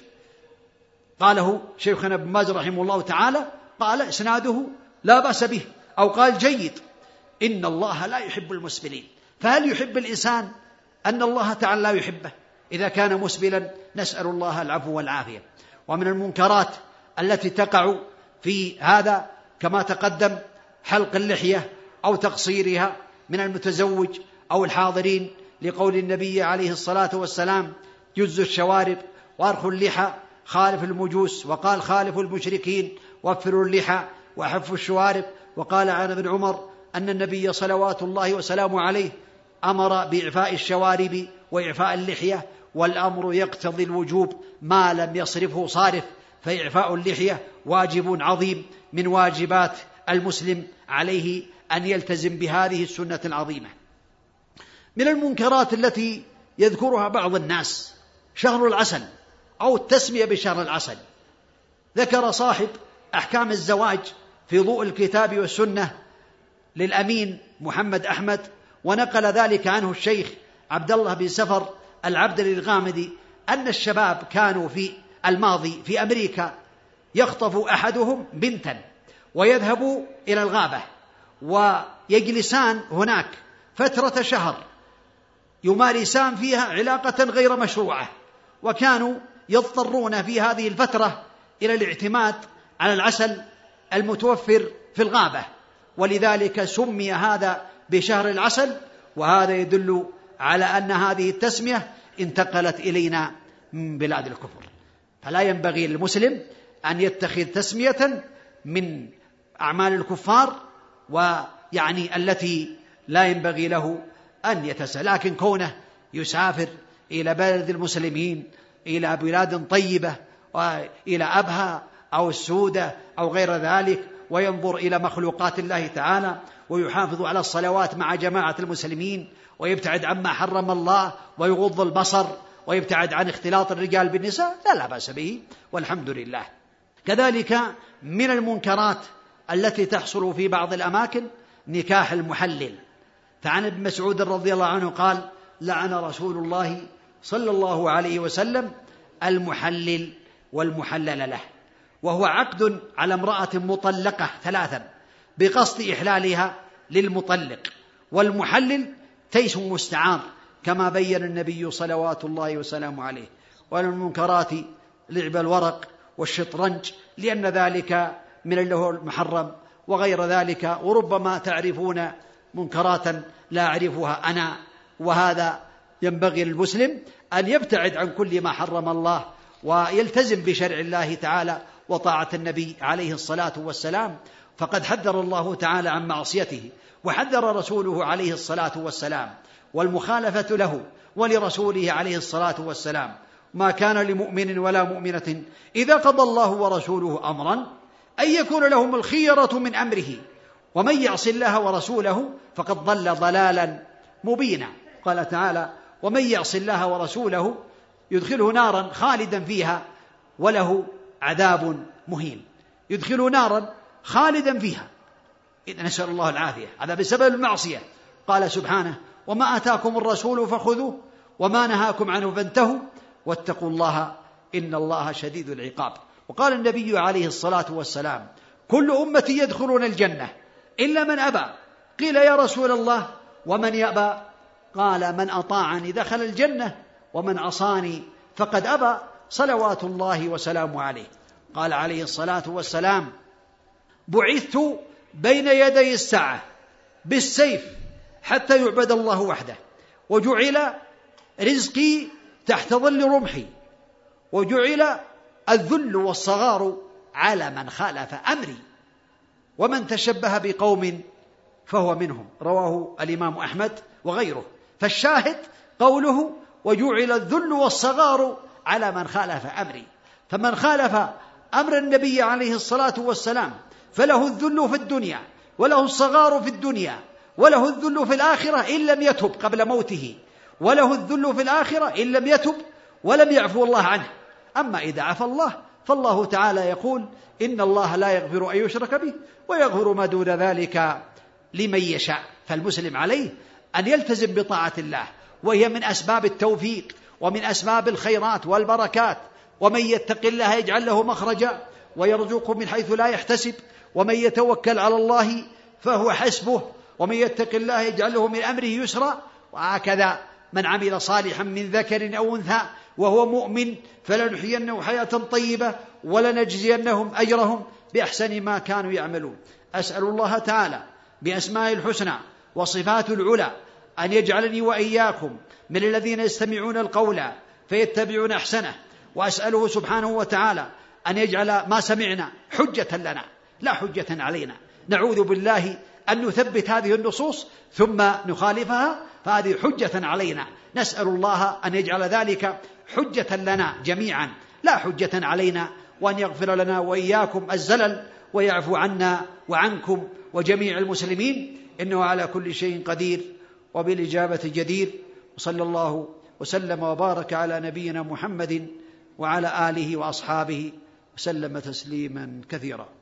قاله شيخنا ابن باز رحمه الله تعالى، قال إسناده لا بأس به، أو قال جيد. إن الله لا يحب المسبلين. فهل يحب الإنسان أن الله تعالى لا يحبه إذا كان مسبلا؟ نسأل الله العفو والعافية. ومن المنكرات التي تقع في هذا كما تقدم حلق اللحية أو تقصيرها من المتزوج أو الحاضرين، لقول النبي عليه الصلاة والسلام جز الشوارب وأرخوا اللحى خالف المجوس، وقال خالف المشركين وفروا اللحى وحفوا الشوارب. وقال عن ابن عمر أن النبي صلوات الله وسلامه عليه أمر بإعفاء الشوارب وإعفاء اللحية، والأمر يقتضي الوجوب ما لم يصرفه صارف، فإعفاء اللحية واجب عظيم من واجبات المسلم، عليه أن يلتزم بهذه السنة العظيمة. من المنكرات التي يذكرها بعض الناس شهر العسل أو التسمية بشهر العسل. ذكر صاحب أحكام الزواج في ضوء الكتاب والسنة للأمين محمد أحمد، ونقل ذلك عنه الشيخ عبد الله بن سفر العبد الغامدي، أن الشباب كانوا في الماضي في أمريكا يخطف أحدهم بنتا ويذهب إلى الغابة ويجلسان هناك فترة شهر يمارسان فيها علاقة غير مشروعة، وكانوا يضطرون في هذه الفترة إلى الاعتماد على العسل المتوفر في الغابة، ولذلك سمي هذا بشهر العسل. وهذا يدل على أن هذه التسمية انتقلت إلينا من بلاد الكفر. فلا ينبغي للمسلم أن يتخذ تسمية من أعمال الكفار، ويعني التي لا ينبغي له أن يتسى. لكن كونه يسافر إلى بلد المسلمين، إلى بلاد طيبة، وإلى أبها أو السودة أو غير ذلك، وينظر إلى مخلوقات الله تعالى، ويحافظ على الصلوات مع جماعة المسلمين، ويبتعد عما حرم الله، ويغض البصر، ويبتعد عن اختلاط الرجال بالنساء، لا لا بأس به والحمد لله. كذلك من المنكرات التي تحصل في بعض الأماكن نكاح المحلل. فعن ابن مسعود رضي الله عنه قال لعن رسول الله صلى الله عليه وسلم المحلل والمحلل له، وهو عقد على امرأة مطلقة ثلاثا بقصد إحلالها للمطلق، والمحلل تيس مستعار كما بين النبي صلوات الله وسلامه عليه. ومن المنكرات لعب الورق والشطرنج، لأن ذلك من اللهو المحرم وغير ذلك. وربما تعرفون منكراتا لا أعرفها أنا، وهذا ينبغي للمسلم أن يبتعد عن كل ما حرم الله، ويلتزم بشرع الله تعالى وطاعة النبي عليه الصلاة والسلام. فقد حذر الله تعالى عن معصيته، وحذر رسوله عليه الصلاة والسلام، والمخالفة له ولرسوله عليه الصلاة والسلام. ما كان لمؤمن ولا مؤمنة إذا قضى الله ورسوله أمرا أن يكون لهم الخيرة من أمره، ومن يعص الله ورسوله فقد ضل ضلالا مبينا. قال تعالى ومن يعص الله ورسوله يدخله نارا خالدا فيها وله عذاب مهين. يدخله نارا خالدا فيها، إذا نسأل الله العافية، هذا بسبب المعصية. قال سبحانه وما آتاكم الرسول فخذوه وما نهاكم عنه فانتهوا واتقوا الله إن الله شديد العقاب. وقال النبي عليه الصلاة والسلام كل أمتي يدخلون الجنة إلا من أبى. قيل يا رسول الله ومن يأبى؟ قال من أطاعني دخل الجنة ومن عصاني فقد أبى، صلوات الله وسلامه عليه. قال عليه الصلاة والسلام بعثت بين يدي الساعة بالسيف حتى يعبد الله وحده، وجعل رزقي تحت ظل رمحي، وجعل الذل والصغار على من خالف أمري، ومن تشبه بقوم فهو منهم، رواه الإمام أحمد وغيره. فالشاهد قوله: وجعل الذل والصغار على من خالف أمري. فمن خالف أمر النبي عليه الصلاة والسلام فله الذل في الدنيا وله الصغار في الدنيا وله الذل في الآخرة إن لم يتب قبل موته، وله الذل في الآخرة إن لم يتب ولم يعفو الله عنه. أما إذا عفى الله فالله تعالى يقول: إن الله لا يغفر أن يشرك به ويغفر ما دون ذلك لمن يشاء. فالمسلم عليه أن يلتزم بطاعة الله، وهي من أسباب التوفيق ومن أسباب الخيرات والبركات. ومن يتق الله يجعل له مخرجا ويرزقه من حيث لا يحتسب، ومن يتوكل على الله فهو حسبه، ومن يتق الله يجعل له من أمره يسرا. وهكذا من عمل صالحا من ذكر أو أنثى وهو مؤمن فلنحيينه حياة طيبة ولنجزينهم أجرهم بأحسن ما كانوا يعملون. أسأل الله تعالى بأسماء الحسنى وصفات العلى أن يجعلني وإياكم من الذين يستمعون القول فيتبعون أحسنه، وأسأله سبحانه وتعالى أن يجعل ما سمعنا حجة لنا لا حجة علينا. نعوذ بالله أن نثبت هذه النصوص ثم نخالفها فهذه حجة علينا. نسأل الله أن يجعل ذلك حجة لنا جميعا لا حجة علينا، وأن يغفر لنا وإياكم الزلل ويعفو عنا وعنكم وجميع المسلمين، إنه على كل شيء قدير وبالإجابة جدير. وصلى الله وسلم وبارك على نبينا محمد وعلى آله وأصحابه وسلم تسليما كثيرا.